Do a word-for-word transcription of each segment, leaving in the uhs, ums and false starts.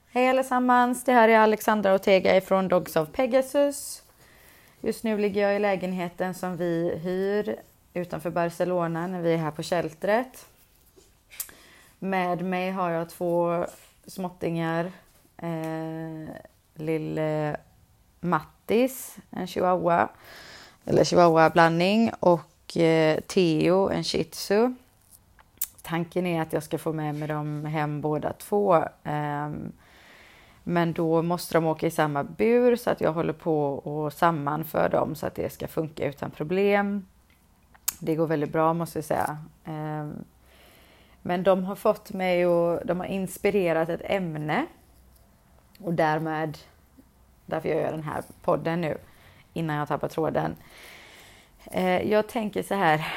Hej allesammans, det här är Alexandra Ortega ifrån Dogs of Pegasus. Just nu ligger jag i lägenheten som vi hyr utanför Barcelona när vi är här på sheltret. Med mig har jag två småttingar, eh, lille Mattis, en chihuahua eller chihuahua-blandning, och eh, Theo, en shih tzu. Tanken är att jag ska få med mig dem hem båda två. Eh, men då måste de åka i samma bur, så att jag håller på och sammanför dem så att det ska funka utan problem. Det går väldigt bra, måste jag säga. Eh, men de har fått mig och de har inspirerat ett ämne. Och därmed, därför jag gör den här podden nu, innan jag tappar tråden. Eh, jag tänker så här.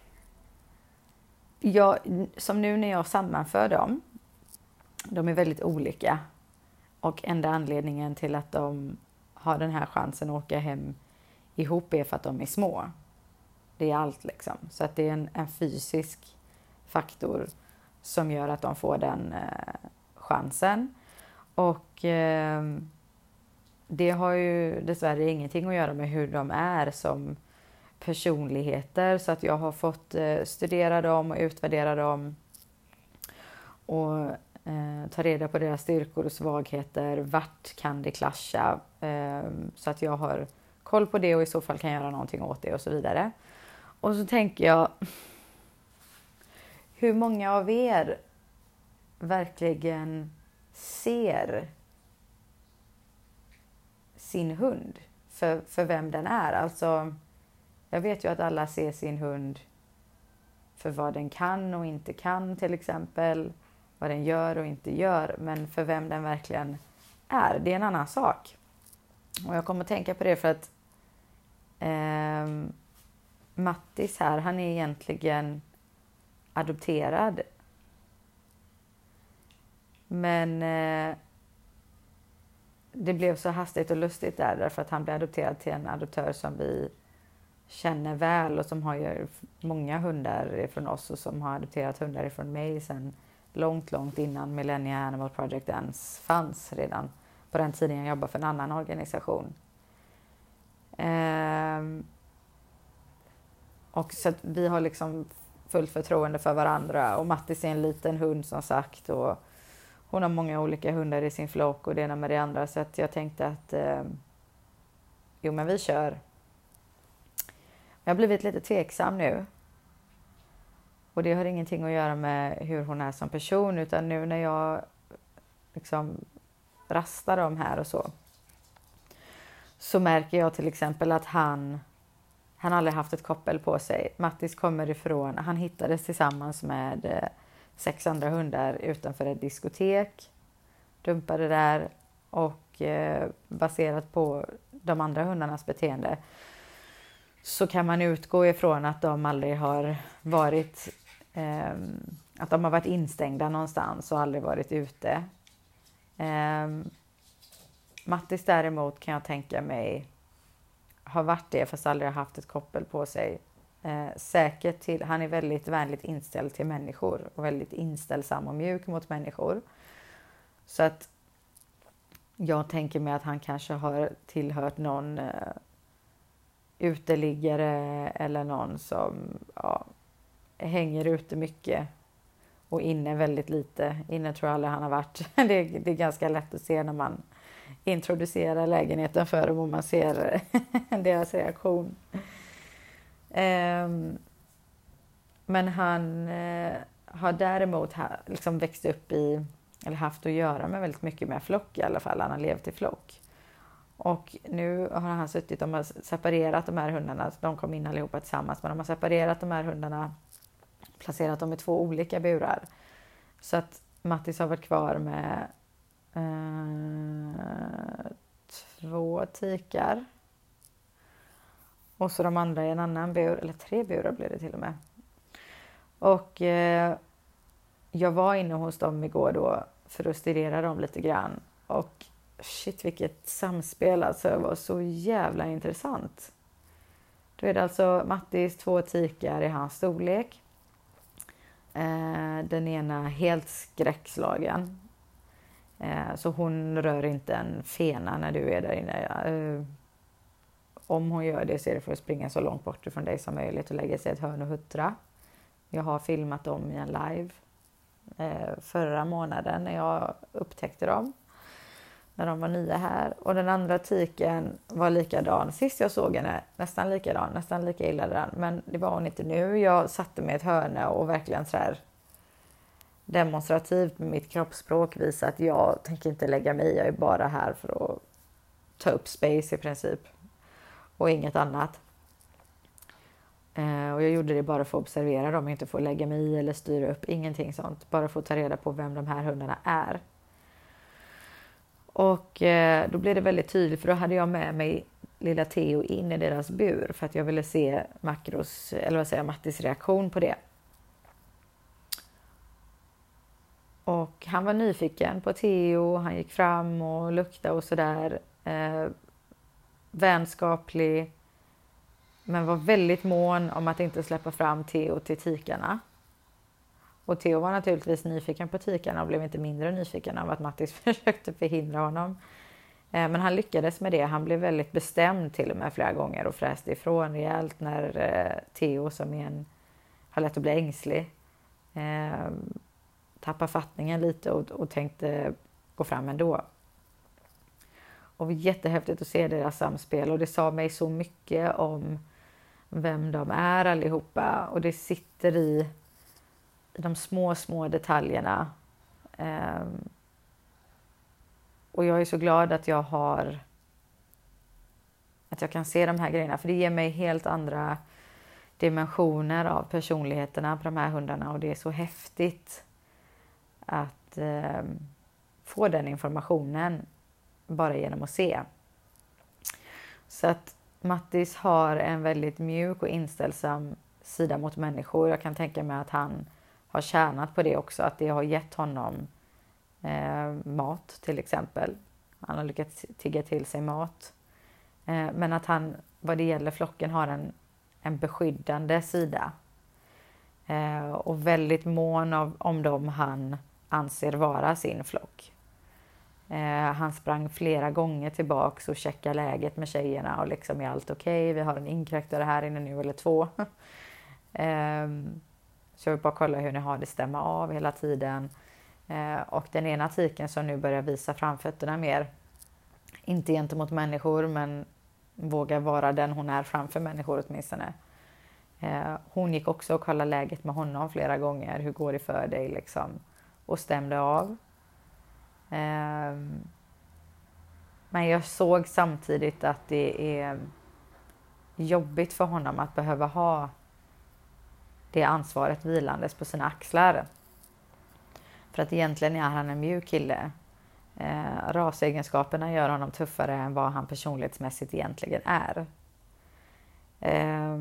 Jag, som nu när jag sammanför dem, de är väldigt olika. Och enda anledningen till att de har den här chansen att åka hem ihop är för att de är små. Det är allt liksom. Så att det är en, en fysisk faktor som gör att de får den eh, chansen. Och eh, det har ju dessvärre ingenting att göra med hur de är som personligheter. Så att jag har fått eh, studera dem och utvärdera dem. Och eh, ta reda på deras styrkor och svagheter. Vart kan det klascha? Eh, så att jag har koll på det och i så fall kan göra någonting åt det och så vidare. Och så tänker jag, hur många av er verkligen ser sin hund för, för vem den är? Alltså, jag vet ju att alla ser sin hund för vad den kan och inte kan, till exempel. Vad den gör och inte gör. Men för vem den verkligen är, det är en annan sak. Och jag kommer att tänka på det för att eh, Mattis här, han är egentligen adopterad. Men eh, det blev så hastigt och lustigt där, därför att han blev adopterad till en adoptör som vi känner väl och som har ju många hundar från oss och som har adopterat hundar ifrån mig sedan långt, långt innan Millennia Animal Project ens fanns, redan på den tiden jag jobbade för en annan organisation. Ehm, och så att vi har liksom fullt förtroende för varandra, och Mattis är en liten hund som sagt, och hon har många olika hundar i sin flock och det ena med det andra, så att jag tänkte att eh, jo men vi kör. Jag har blivit lite tveksam nu. Och det har ingenting att göra med hur hon är som person, utan nu när jag liksom rastar dem här och så. Så märker jag till exempel att han, han aldrig haft ett koppel på sig. Mattis kommer ifrån, han hittades tillsammans med eh, sex andra hundar utanför ett diskotek. Dumpade där och eh, baserat på de andra hundarnas beteende så kan man utgå ifrån att de aldrig har varit eh, att de har varit instängda någonstans och aldrig varit ute. Eh, Mattis däremot kan jag tänka mig har varit det, fast aldrig har haft ett koppel på sig. Eh, säkert till, han är väldigt vänligt inställd till människor och väldigt inställsam och mjuk mot människor. Så att jag tänker mig att han kanske har tillhört någon eh, uteliggare eller någon som ja, hänger ute mycket och inne väldigt lite. Inne tror jag aldrig han har varit. Det är, det är ganska lätt att se när man introducerar lägenheten för dem och man ser deras reaktion. Um, men han uh, har däremot ha, liksom växt upp i, eller haft att göra med väldigt mycket med flock i alla fall. Han har levt i flock. Och nu har han suttit, de har separerat de här hundarna, de kom in allihopa tillsammans, men de har separerat de här hundarna, placerat dem i två olika burar. Så att Mattis har varit kvar med eh, två tikar. Och så de andra i en annan bur, eller tre burar blev det till och med. Och eh, jag var inne hos dem igår då för att studera dem lite grann. Och shit, vilket samspel, alltså det var så jävla intressant. Då är det alltså Mattis två tikar i hans storlek. Eh, den ena helt skräckslagen. Eh, så hon rör inte en fena när du är där inne. Eh, om hon gör det så är det för att springa så långt bort från dig som möjligt och lägga sig i ett hörn och huttra. Jag har filmat dem i en live eh, förra månaden när jag upptäckte dem. När de var nya här. Och den andra tiken var likadan. Sist jag såg henne, nästan likadan, nästan lika illa den. Men det var hon inte nu. Jag satte mig i ett hörne och verkligen så här demonstrativt med mitt kroppsspråk visa att jag tänker inte lägga mig i. Jag är bara här för att ta upp space i princip. Och inget annat. Eh, och jag gjorde det bara för att observera dem. Inte för att lägga mig i eller styra upp. Ingenting sånt. Bara för att ta reda på vem de här hundarna är. Och eh, då blev det väldigt tydligt. För då hade jag med mig lilla Theo in i deras bur. För att jag ville se Makros, eller vad säger jag, Mattis reaktion på det. Och han var nyfiken på Theo. Han gick fram och luktade och sådär. Eh, vänskaplig. Men var väldigt mån om att inte släppa fram Theo till tikarna. Och Theo var naturligtvis nyfiken på tikarna och blev inte mindre nyfiken av att Mattis försökte förhindra honom. Eh, men han lyckades med det. Han blev väldigt bestämd till och med flera gånger och fräste ifrån rejält när eh, Theo, som är en, har lätt att bli ängslig, eh, tappade fattningen lite och, och tänkte gå fram ändå. Och det var jättehäftigt att se deras samspel och det sa mig så mycket om vem de är allihopa. Och det sitter i, i de små, små detaljerna. Um, och jag är så glad att jag har att jag kan se de här grejerna. För det ger mig helt andra dimensioner av personligheterna på de här hundarna. Och det är så häftigt att um, få den informationen bara genom att se. Så att Mattis har en väldigt mjuk och inställsam sida mot människor. Jag kan tänka mig att han har tjänat på det också. Att det har gett honom eh, mat till exempel. Han har lyckats tigga till sig mat. Eh, men att han vad det gäller flocken har en, en beskyddande sida. Eh, och väldigt mån av, om dem han anser vara sin flock. Eh, han sprang flera gånger tillbaks och checkade läget med tjejerna och liksom är allt okej. Okay? Vi har en inkräktare här inne nu eller två. eh, så jag vill bara kolla hur ni har det, stämma av hela tiden. Eh, och den ena tiken som nu börjar visa framfötterna mer. Inte gentemot människor men vågar vara den hon är framför människor åtminstone. Eh, hon gick också och kollade läget med honom flera gånger. Hur går det för dig liksom? Och stämde av. Men jag såg samtidigt att det är jobbigt för honom att behöva ha det ansvaret vilandes på sina axlar. För att egentligen är han en mjuk kille. Eh, rasegenskaperna gör honom tuffare än vad han personlighetsmässigt egentligen är. Eh,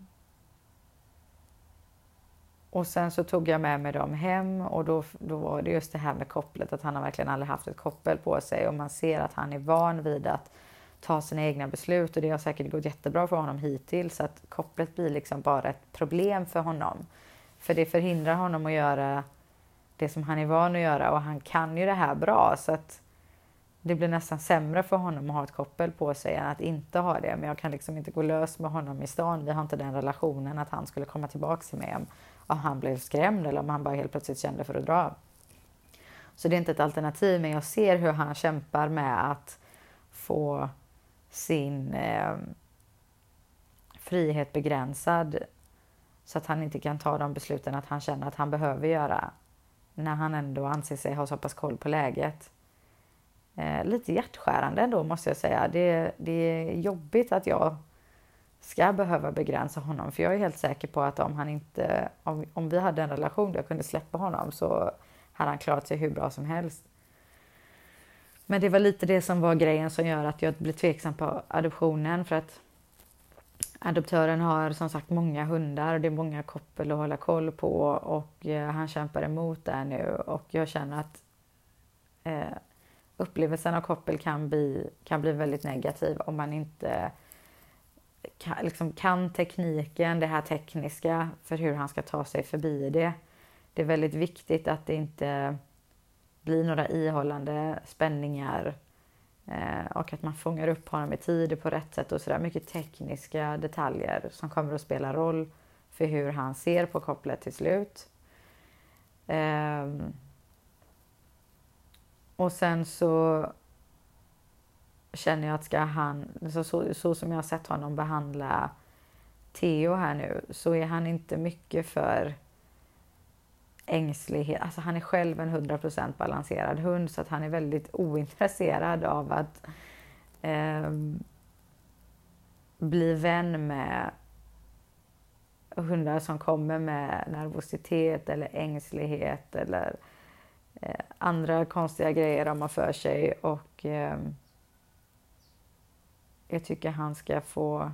Och sen så tog jag med mig dem hem och då, då var det just det här med kopplet. Att han har verkligen aldrig haft ett koppel på sig. Och man ser att han är van vid att ta sina egna beslut. Och det har säkert gått jättebra för honom hittills. Så att kopplet blir liksom bara ett problem för honom. För det förhindrar honom att göra det som han är van att göra. Och han kan ju det här bra. Så att det blir nästan sämre för honom att ha ett koppel på sig än att inte ha det. Men jag kan liksom inte gå lös med honom i stan. Vi har inte den relationen att han skulle komma tillbaka till mig om om han blev skrämd eller om han bara helt plötsligt kände för att dra. Så det är inte ett alternativ, men jag ser hur han kämpar med att få sin eh, frihet begränsad så att han inte kan ta de besluten att han känner att han behöver göra när han ändå anser sig ha så pass koll på läget. Eh, lite hjärtskärande ändå måste jag säga. Det, det är jobbigt att jag ska behöva begränsa honom. För jag är helt säker på att om han inte, om, om vi hade en relation där jag kunde släppa honom så hade han klarat sig hur bra som helst. Men det var lite det som var grejen som gör att jag blev tveksam på adoptionen. För att adoptören har som sagt många hundar och det är många koppel att hålla koll på. Och eh, han kämpar emot där nu. Och jag känner att eh, upplevelsen av koppel kan bli, kan bli väldigt negativ om man inte kan, liksom kan tekniken, det här tekniska för hur han ska ta sig förbi det. Det är väldigt viktigt att det inte blir några ihållande spänningar. Eh, och att man fångar upp honom i tid på rätt sätt och sådär. Mycket tekniska detaljer som kommer att spela roll för hur han ser på kopplet till slut. Eh, och sen så känner jag att ska han, så, så, så som jag har sett honom behandla Theo här nu, så är han inte mycket för ängslighet. Alltså han är själv en hundra procent balanserad hund, så att han är väldigt ointresserad av att eh, bli vän med hundar som kommer med nervositet eller ängslighet eller eh, andra konstiga grejer de har för sig. Och eh, jag tycker han ska få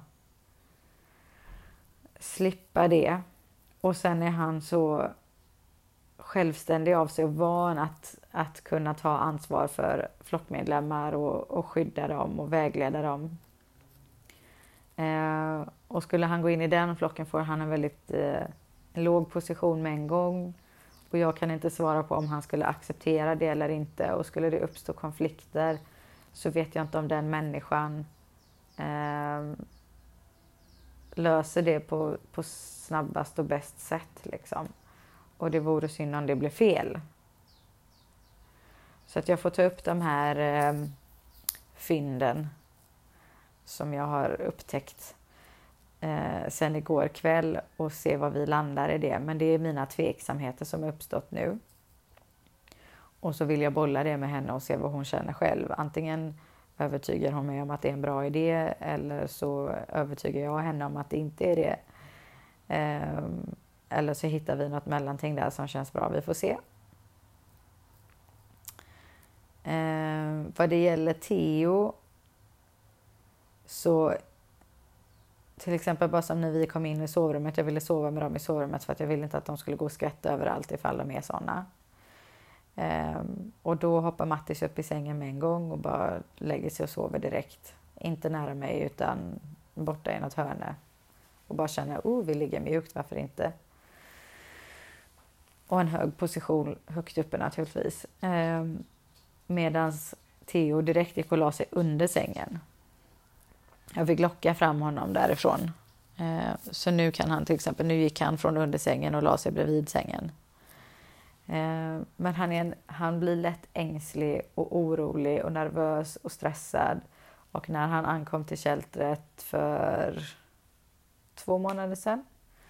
slippa det. Och sen är han så självständig av sig och van att, att kunna ta ansvar för flockmedlemmar och, och skydda dem och vägleda dem. Eh, och skulle han gå in i den flocken får han en väldigt eh, en låg position med en gång. Och jag kan inte svara på om han skulle acceptera det eller inte. Och skulle det uppstå konflikter så vet jag inte om den människan eh, löser det på, på snabbast och bäst sätt liksom. Och det vore synd om det blir fel. Så att jag får ta upp de här eh, fynden som jag har upptäckt eh, sen igår kväll och se vad vi landar i det. Men det är mina tveksamheter som har uppstått nu. Och så vill jag bolla det med henne och se vad hon känner själv. Antingen övertygar hon mig om att det är en bra idé eller så övertygar jag henne om att det inte är det. Eh, Eller så hittar vi något mellanting där som känns bra. Vi får se. Eh, vad det gäller Theo. Så till exempel bara som när vi kom in i sovrummet. Jag ville sova med dem i sovrummet för att jag ville inte att de skulle gå och skvätta överallt ifall de är sådana. Eh, och då hoppar Mattis upp i sängen med en gång och bara lägger sig och sover direkt. Inte nära mig utan borta i något hörne. Och bara känner, oh vi ligger mjukt, varför inte? Och en hög position högt uppe naturligtvis. Eh, medans Theo direkt gick och la sig under sängen. Jag fick locka fram honom därifrån. Eh, så nu kan han till exempel, nu gick han från under sängen och la sig bredvid sängen. Eh, men han, är en, han blir lätt ängslig och orolig och nervös och stressad. Och när han ankom till sheltret för två månader sedan.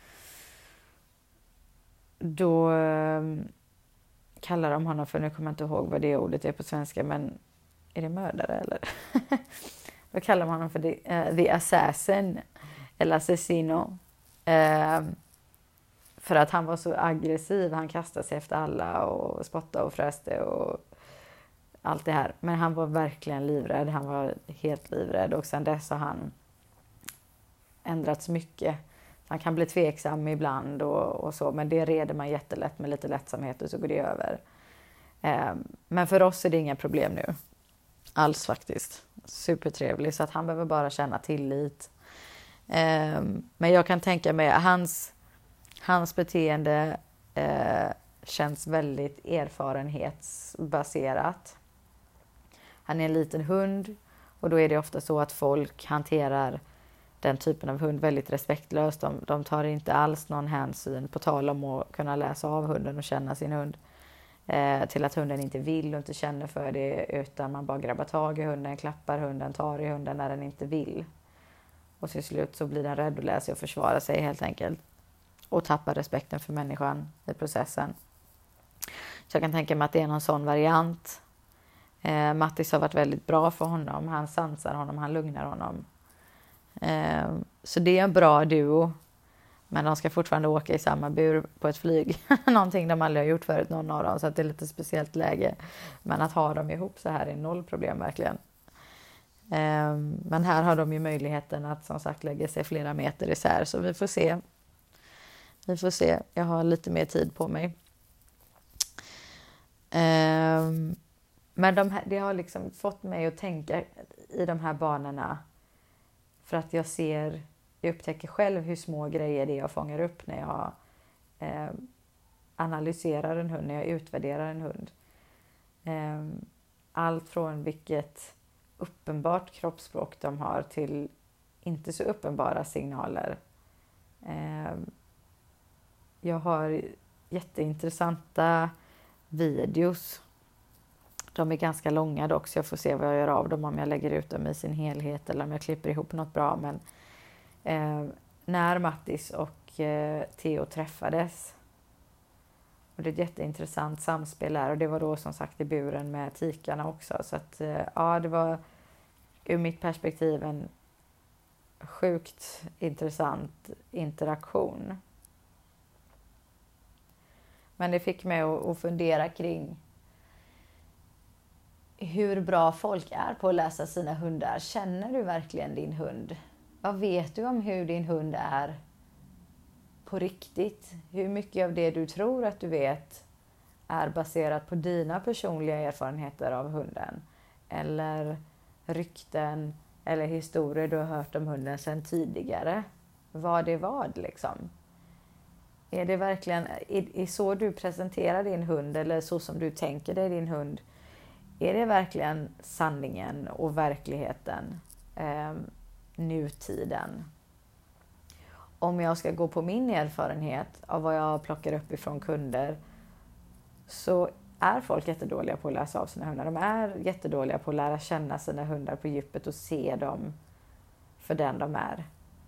Då eh, kallar de honom för, nu kommer jag inte ihåg vad det ordet är på svenska, men är det mördare eller? Då kallar man honom för the, uh, the assassin eller assassino. Eh, för att han var så aggressiv, han kastade sig efter alla och spottade och fräste och allt det här. Men han var verkligen livrädd, han var helt livrädd och sen dess har han ändrats mycket. Han kan bli tveksam ibland och, och så, men det reder man jättelätt med lite lättsamhet och så går det över. Eh, men för oss är det inga problem nu. Alls faktiskt. Supertrevlig, så att han behöver bara känna tillit. Eh, men jag kan tänka mig att hans, hans beteende eh, känns väldigt erfarenhetsbaserat. Han är en liten hund och då är det ofta så att folk hanterar den typen av hund väldigt respektlöst. De, de tar inte alls någon hänsyn på tal om att kunna läsa av hunden och känna sin hund. Eh, till att hunden inte vill och inte känner för det, utan man bara grabbar tag i hunden, klappar hunden, tar i hunden när den inte vill. Och till slut så blir den rädd och lär sig att försvara sig helt enkelt. Och tappar respekten för människan i processen. Så jag kan tänka mig att det är någon sån variant. Eh, Mattis har varit väldigt bra för honom. Han sansar honom, han lugnar honom. Eh, så det är en bra duo. Men de ska fortfarande åka i samma bur på ett flyg. Någonting de aldrig har gjort förut, någon av dem. Så att det är lite speciellt läge. Men att ha dem ihop så här är noll problem verkligen. Eh, men här har de ju möjligheten att som sagt lägga sig flera meter isär. Så vi får se. Vi får se. Jag har lite mer tid på mig. Eh, men de här, det har liksom fått mig att tänka i de här banorna. För att jag ser, jag upptäcker själv hur små grejer det är jag fångar upp när jag eh, analyserar en hund, när jag utvärderar en hund. Eh, allt från vilket uppenbart kroppsspråk de har till inte så uppenbara signaler. Eh, jag har jätteintressanta videos. De är ganska långa dock, så jag får se vad jag gör av dem, om jag lägger ut dem i sin helhet eller om jag klipper ihop något bra. Men eh, när Mattis och eh, Theo träffades, och det är ett jätteintressant samspel där, och det var då som sagt i buren med tikarna också. Så att eh, ja, det var ur mitt perspektiv en sjukt intressant interaktion. Men det fick mig att, att fundera kring hur bra folk är på att läsa sina hundar. Känner du verkligen din hund? Vad vet du om hur din hund är på riktigt? Hur mycket av det du tror att du vet är baserat på dina personliga erfarenheter av hunden? Eller rykten eller historier du har hört om hunden sedan tidigare? Vad är vad liksom? Är det verkligen är, är så du presenterar din hund, eller så som du tänker dig din hund? Är det verkligen sanningen och verkligheten, eh, nutiden? Om jag ska gå på min erfarenhet av vad jag plockar upp ifrån kunder, så är folk jättedåliga på att läsa av sina hundar. De är jättedåliga på att lära känna sina hundar på djupet och se dem för den de är.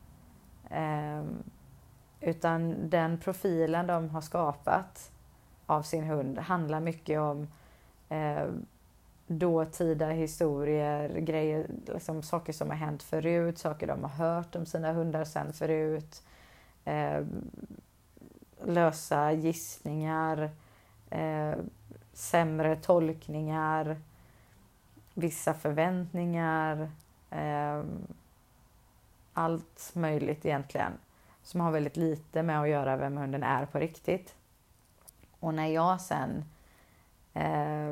Eh, utan den profilen de har skapat av sin hund handlar mycket om eh, dåtida historier, grejer, liksom saker som har hänt förut, saker de har hört om sina hundar sen förut, eh, lösa gissningar, eh, sämre tolkningar, vissa förväntningar, eh, allt möjligt egentligen som har väldigt lite med att göra vem hunden är på riktigt. Och när jag sen eh,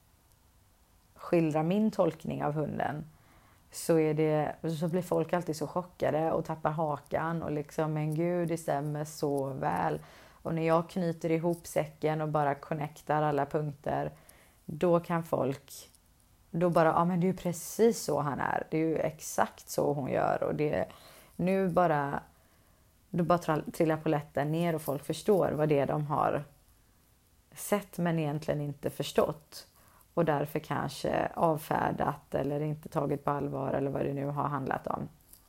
skildrar min tolkning av hunden, så, är det, så blir folk alltid så chockade och tappar hakan och liksom, men gud, det stämmer så väl. Och när jag knyter ihop säcken och bara connectar alla punkter, då kan folk, då bara, ja men det är ju precis så han är. Det är ju exakt så hon gör, och det nu bara, då bara trillar polletten ner och folk förstår vad det är de har sett men egentligen inte förstått. Och därför kanske avfärdat eller inte tagit på allvar, eller vad det nu har handlat om.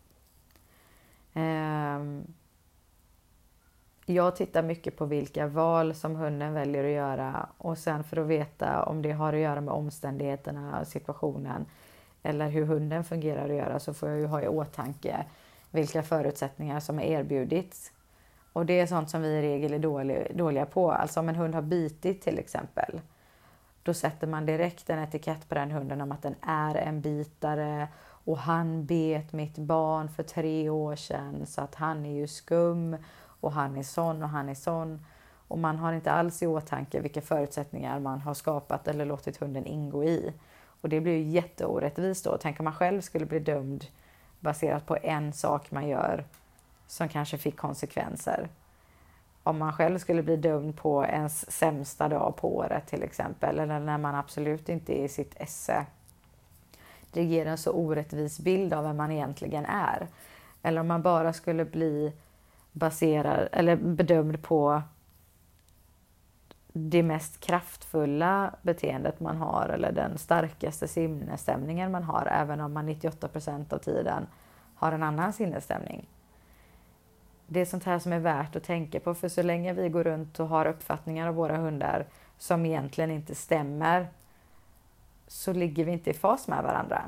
Um, jag tittar mycket på vilka val som hunden väljer att göra. Och sen för att veta om det har att göra med omständigheterna, situationen eller hur hunden fungerar att göra, så får jag ju ha i åtanke vilka förutsättningar som är erbjudits. Och det är sånt som vi i regel är dåliga, dåliga på. Alltså om en hund har bitit till exempel, då sätter man direkt en etikett på den hunden om att den är en bitare. Och han bet mitt barn för tre år sedan, så att han är ju skum. Och han är sån och han är sån. Och man har inte alls i åtanke vilka förutsättningar man har skapat eller låtit hunden ingå i. Och det blir ju jätteorättvist då. Tänk om man själv skulle bli dömd baserat på en sak man gör som kanske fick konsekvenser. Om man själv skulle bli dömd på ens sämsta dag på året till exempel, eller när man absolut inte är i sitt esse. Det ger en så orättvis bild av vem man egentligen är. Eller om man bara skulle bli baserad eller bedömd på det mest kraftfulla beteendet man har, eller den starkaste sinnesstämningen man har, även om man nittioåtta procent av tiden har en annan sinnesstämning. Det är sånt här som är värt att tänka på, för så länge vi går runt och har uppfattningar av våra hundar som egentligen inte stämmer, så ligger vi inte i fas med varandra.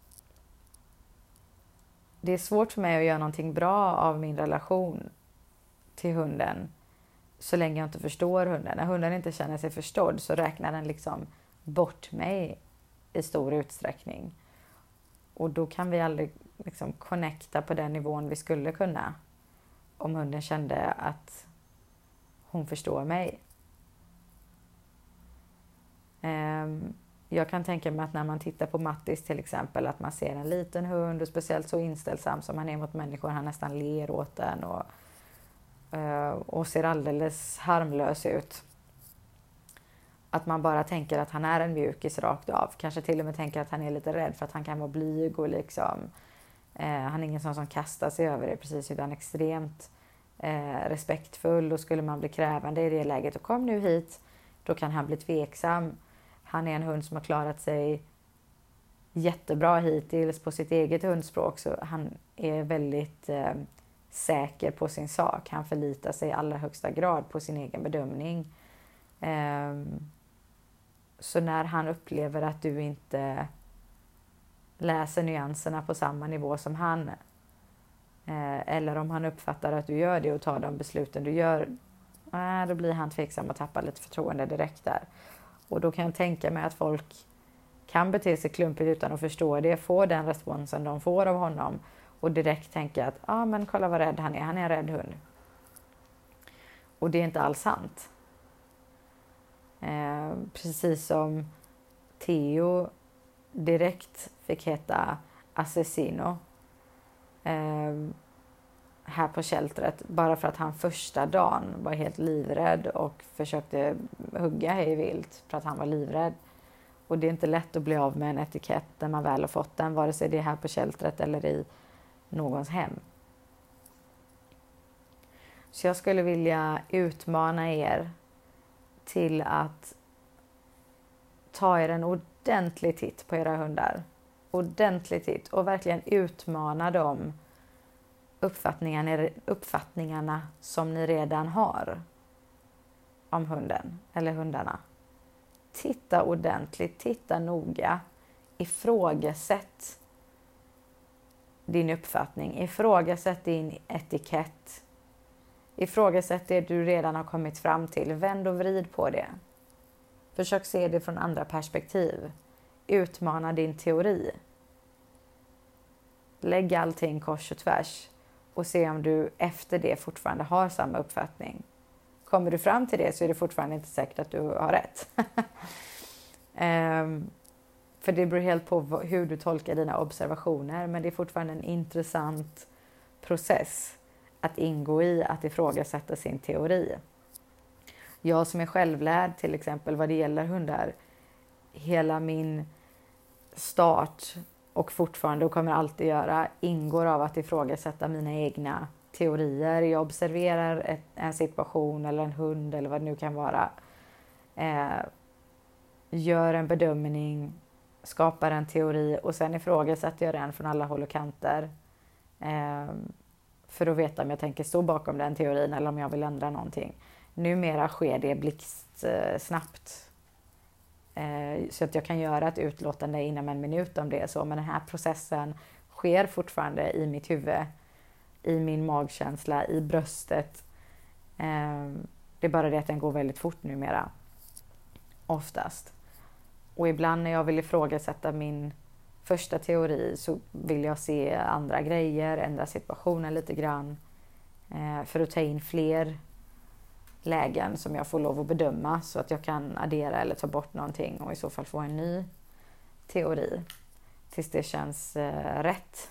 Det är svårt för mig att göra någonting bra av min relation till hunden så länge jag inte förstår hunden. När hunden inte känner sig förstådd, så räknar den liksom bort mig i stor utsträckning. Och då kan vi aldrig liksom connecta på den nivån vi skulle kunna om hunden kände att hon förstår mig. Um, Jag kan tänka mig att när man tittar på Mattis till exempel, att man ser en liten hund, och speciellt så inställsam som han är mot människor, han nästan ler åt den och, och ser alldeles harmlös ut. Att man bara tänker att han är en mjukis rakt av. Kanske till och med tänker att han är lite rädd för att han kan vara blyg och liksom eh, han är ingen sån som kastar sig över det precis, utan extremt eh, respektfull, och skulle man bli krävande i det läget och kom nu hit, då kan han bli tveksam. Han är en hund som har klarat sig jättebra hittills på sitt eget hundspråk, så han är väldigt eh, säker på sin sak. Han förlitar sig i allra högsta grad på sin egen bedömning. Eh, så när han upplever att du inte läser nyanserna på samma nivå som han, eh, eller om han uppfattar att du gör det och tar de besluten du gör, eh, då blir han tveksam och tappar lite förtroende direkt där. Och då kan jag tänka mig att folk kan bete sig klumpigt utan att förstå det, få den responsen de får av honom och direkt tänka att ja, ah, men kolla vad rädd han är, han är en rädd hund. Och det är inte alls sant. Eh, precis som Theo direkt fick heta Assassino eh, här på sheltret, bara för att han första dagen var helt livrädd och försökte hugga hej vilt för att han var livrädd. Och det är inte lätt att bli av med en etikett när man väl har fått den, vare sig det är här på sheltret eller i någons hem. Så jag skulle vilja utmana er till att ta er en ordentlig titt på era hundar. Ordentlig titt och verkligen utmana de uppfattningarna, uppfattningarna som ni redan har om hunden eller hundarna. Titta ordentligt, titta noga, ifrågasätt din uppfattning, ifrågasätt din etikett, ifrågasätt det du redan har kommit fram till, vänd och vrid på det. Försök se det från andra perspektiv, utmana din teori. Lägg allting kors och tvärs och se om du efter det fortfarande har samma uppfattning. Kommer du fram till det så är det fortfarande inte säkert att du har rätt. um, för det beror helt på hur du tolkar dina observationer. Men det är fortfarande en intressant process att ingå i, att ifrågasätta sin teori. Jag som är självlärd till exempel vad det gäller hundar. Hela min start och fortfarande och kommer alltid göra ingår av att ifrågasätta mina egna teorier. Jag observerar ett, en situation eller en hund eller vad det nu kan vara. Eh, gör en bedömning, skapar en teori och sen ifrågasätter jag den från alla håll och kanter. Eh, för att veta om jag tänker stå bakom den teorin eller om jag vill ändra någonting. Numera sker det blixtsnabbt. Eh, så att jag kan göra ett utlåtande inom en minut om det. Så, men den här processen sker fortfarande i mitt huvud, i min magkänsla, i bröstet. Eh, det är bara det att den går väldigt fort numera. Oftast. Och ibland när jag vill ifrågasätta min första teori så vill jag se andra grejer, ändra situationen lite grann. Eh, för att ta in fler lägen som jag får lov att bedöma så att jag kan addera eller ta bort någonting och i så fall få en ny teori tills det känns eh, rätt.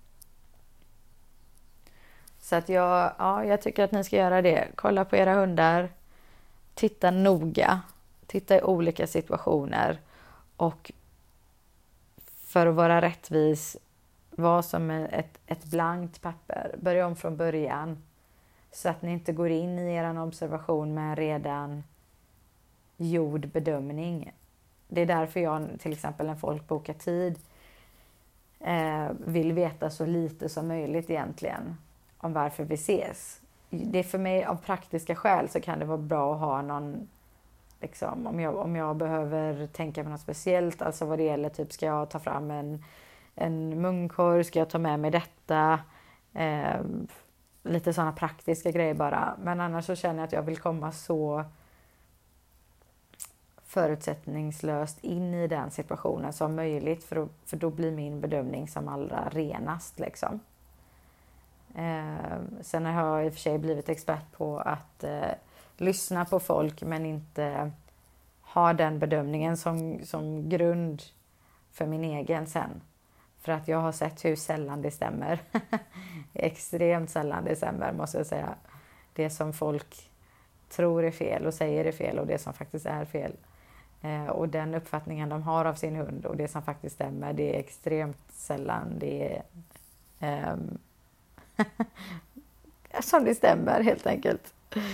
Så att jag, ja, jag tycker att ni ska göra det. Kolla på era hundar. Titta noga. Titta i olika situationer. Och för att vara rättvis, var som ett, ett blankt papper. Börja om från början. Så att ni inte går in i er observation med en redan gjord bedömning. Det är därför jag till exempel när folk bokar tid eh, vill veta så lite som möjligt egentligen om varför vi ses. Det är för mig av praktiska skäl så kan det vara bra att ha någon, liksom, om jag, om jag behöver tänka på något speciellt, alltså vad det gäller, typ ska jag ta fram en, en munkorg, ska jag ta med mig detta, eh, lite sådana praktiska grejer bara. Men annars så känner jag att jag vill komma så förutsättningslöst in i den situationen som möjligt, för, att, för då blir min bedömning som allra renast liksom. Eh, sen har jag i och för sig blivit expert på att eh, lyssna på folk men inte ha den bedömningen som, som grund för min egen sen. För att jag har sett hur sällan det stämmer. Extremt sällan det stämmer måste jag säga. Det som folk tror är fel och säger är fel och det som faktiskt är fel. Eh, och den uppfattningen de har av sin hund och det som faktiskt stämmer, det är extremt sällan det är ehm, som det stämmer helt enkelt.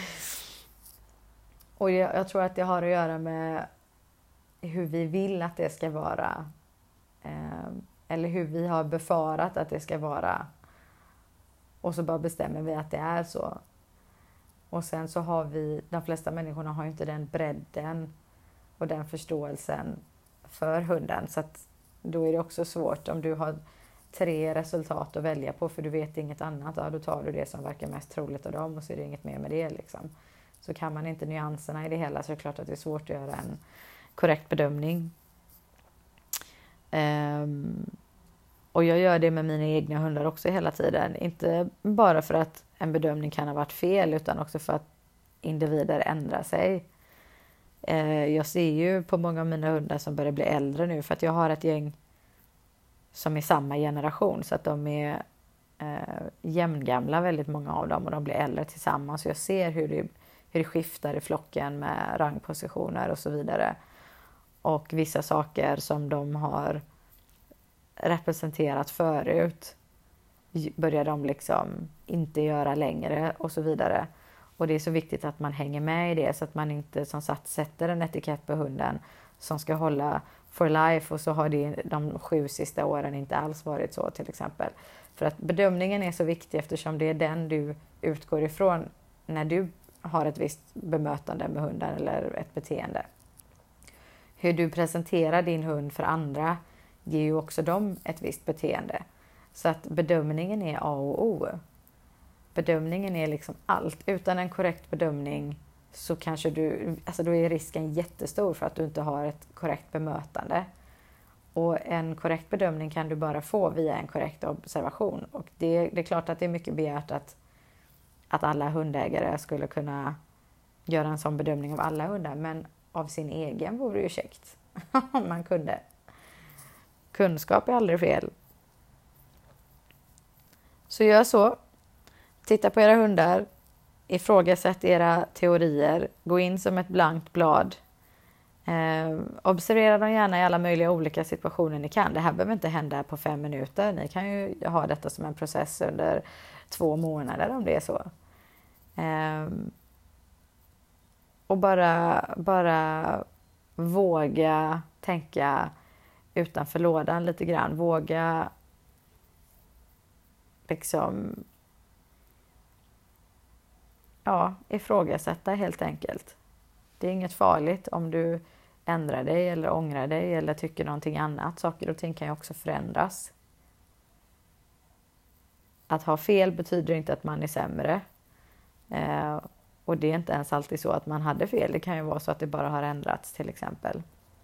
Och jag, jag tror att det har att göra med hur vi vill att det ska vara. Eh, eller hur vi har befarat att det ska vara. Och så bara bestämmer vi att det är så. Och sen så har vi, de flesta människorna har ju inte den bredden och den förståelsen för hunden. Så att då är det också svårt om du har tre resultat att välja på för du vet inget annat. Ja, då tar du det som verkar mest troligt av dem och så är det inget mer med det liksom. Så kan man inte nyanserna i det hela så är det klart att det är svårt att göra en korrekt bedömning. Um, och jag gör det med mina egna hundar också hela tiden. Inte bara för att en bedömning kan ha varit fel utan också för att individer ändrar sig. Uh, jag ser ju på många av mina hundar som börjar bli äldre nu för att jag har ett gäng som är samma generation så att de är uh, jämngamla väldigt många av dem och de blir äldre tillsammans. Så jag ser hur det, hur det skiftar i flocken med rangpositioner och så vidare. Och vissa saker som de har representerat förut börjar de liksom inte göra längre och så vidare. Och det är så viktigt att man hänger med i det så att man inte som sagt sätter en etikett på hunden som ska hålla for life och så har det de sju sista åren inte alls varit så till exempel. För att bedömningen är så viktig eftersom det är den du utgår ifrån när du har ett visst bemötande med hunden eller ett beteende. Hur du presenterar din hund för andra ger ju också dem ett visst beteende. Så att bedömningen är A och O. Bedömningen är liksom allt. Utan en korrekt bedömning så kanske du, alltså då är risken jättestor för att du inte har ett korrekt bemötande. Och en korrekt bedömning kan du bara få via en korrekt observation. Och det, det är klart att det är mycket begärt att, att alla hundägare skulle kunna göra en sån bedömning av alla hundar. Men av sin egen vore det ju käckt om man kunde. Kunskap är aldrig fel. Så gör så. Titta på era hundar. Ifrågasätt era teorier. Gå in som ett blankt blad. Eh, observera dem gärna i alla möjliga olika situationer ni kan. Det här behöver inte hända på fem minuter. Ni kan ju ha detta som en process under två månader om det är så. Eh, och bara, bara våga tänka utanför lådan lite grann. Våga liksom ja, ifrågasätta helt enkelt. Det är inget farligt om du ändrar dig eller ångrar dig eller tycker någonting annat. Saker och ting kan ju också förändras. Att ha fel betyder inte att man är sämre. Eh, och det är inte ens alltid så att man hade fel. Det kan ju vara så att det bara har ändrats till exempel.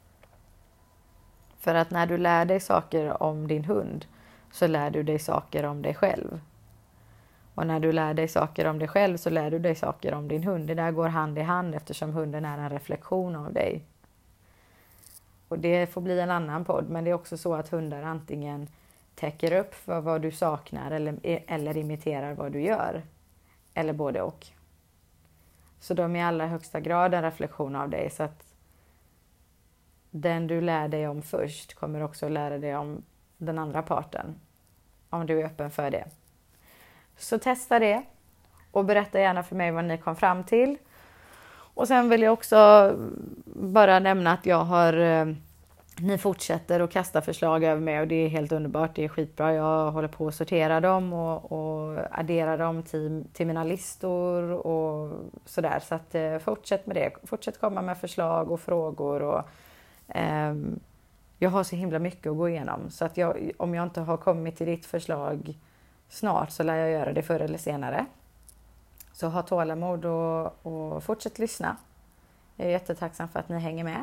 För att när du lär dig saker om din hund så lär du dig saker om dig själv. Och när du lär dig saker om dig själv så lär du dig saker om din hund. Det där går hand i hand eftersom hunden är en reflektion av dig. Och det får bli en annan podd. Men det är också så att hundar antingen täcker upp för vad du saknar eller, eller imiterar vad du gör. Eller både och. Så de är i allra högsta grad en reflektion av dig. Så att den du lär dig om först kommer också lära dig om den andra parten. Om du är öppen för det. Så testa det. Och berätta gärna för mig vad ni kom fram till. Och sen vill jag också bara nämna att jag har... Eh, ni fortsätter att kasta förslag över mig och det är helt underbart. Det är skitbra. Jag håller på att sortera dem och, och addera dem till, till mina listor och sådär. Så att eh, fortsätt med det. Fortsätt komma med förslag och frågor och... Eh, jag har så himla mycket att gå igenom. Så att jag, om jag inte har kommit till ditt förslag snart så lär jag göra det förr eller senare. Så ha tålamod och, och fortsätt lyssna. Jag är jättetacksam för att ni hänger med.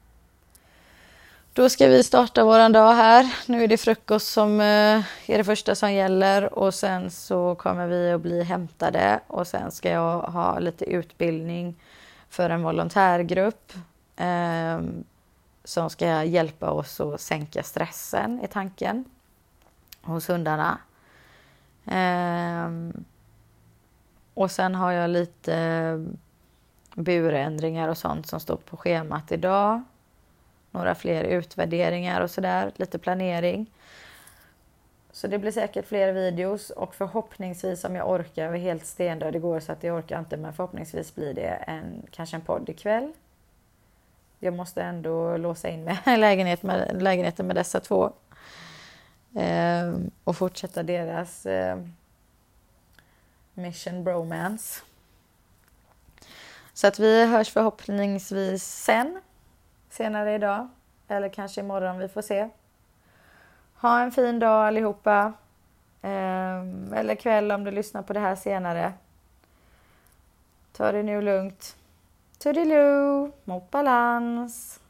Då ska vi starta våran dag här. Nu är det frukost som är det första som gäller. Och sen så kommer vi att bli hämtade. Och sen ska jag ha lite utbildning för en volontärgrupp. Eh, som ska hjälpa oss att sänka stressen i tanken. Hos hundarna. Eh, och sen har jag lite burändringar och sånt som står på schemat idag. några fler utvärderingar och sådär, lite planering. Så det blir säkert fler videos och förhoppningsvis om jag orkar, jag är helt stendöd igår så att jag orkar inte, men förhoppningsvis blir det en, kanske en podd ikväll. Jag måste ändå låsa in mig i lägenhet med, lägenheten med dessa två eh, och fortsätta deras eh, mission bromance. Så att vi hörs förhoppningsvis sen, senare idag eller kanske imorgon, vi får se. Ha en fin dag allihopa. Eh, eller kväll om du lyssnar på det här senare. Ta det nu lugnt. Toodiloo, mot balans.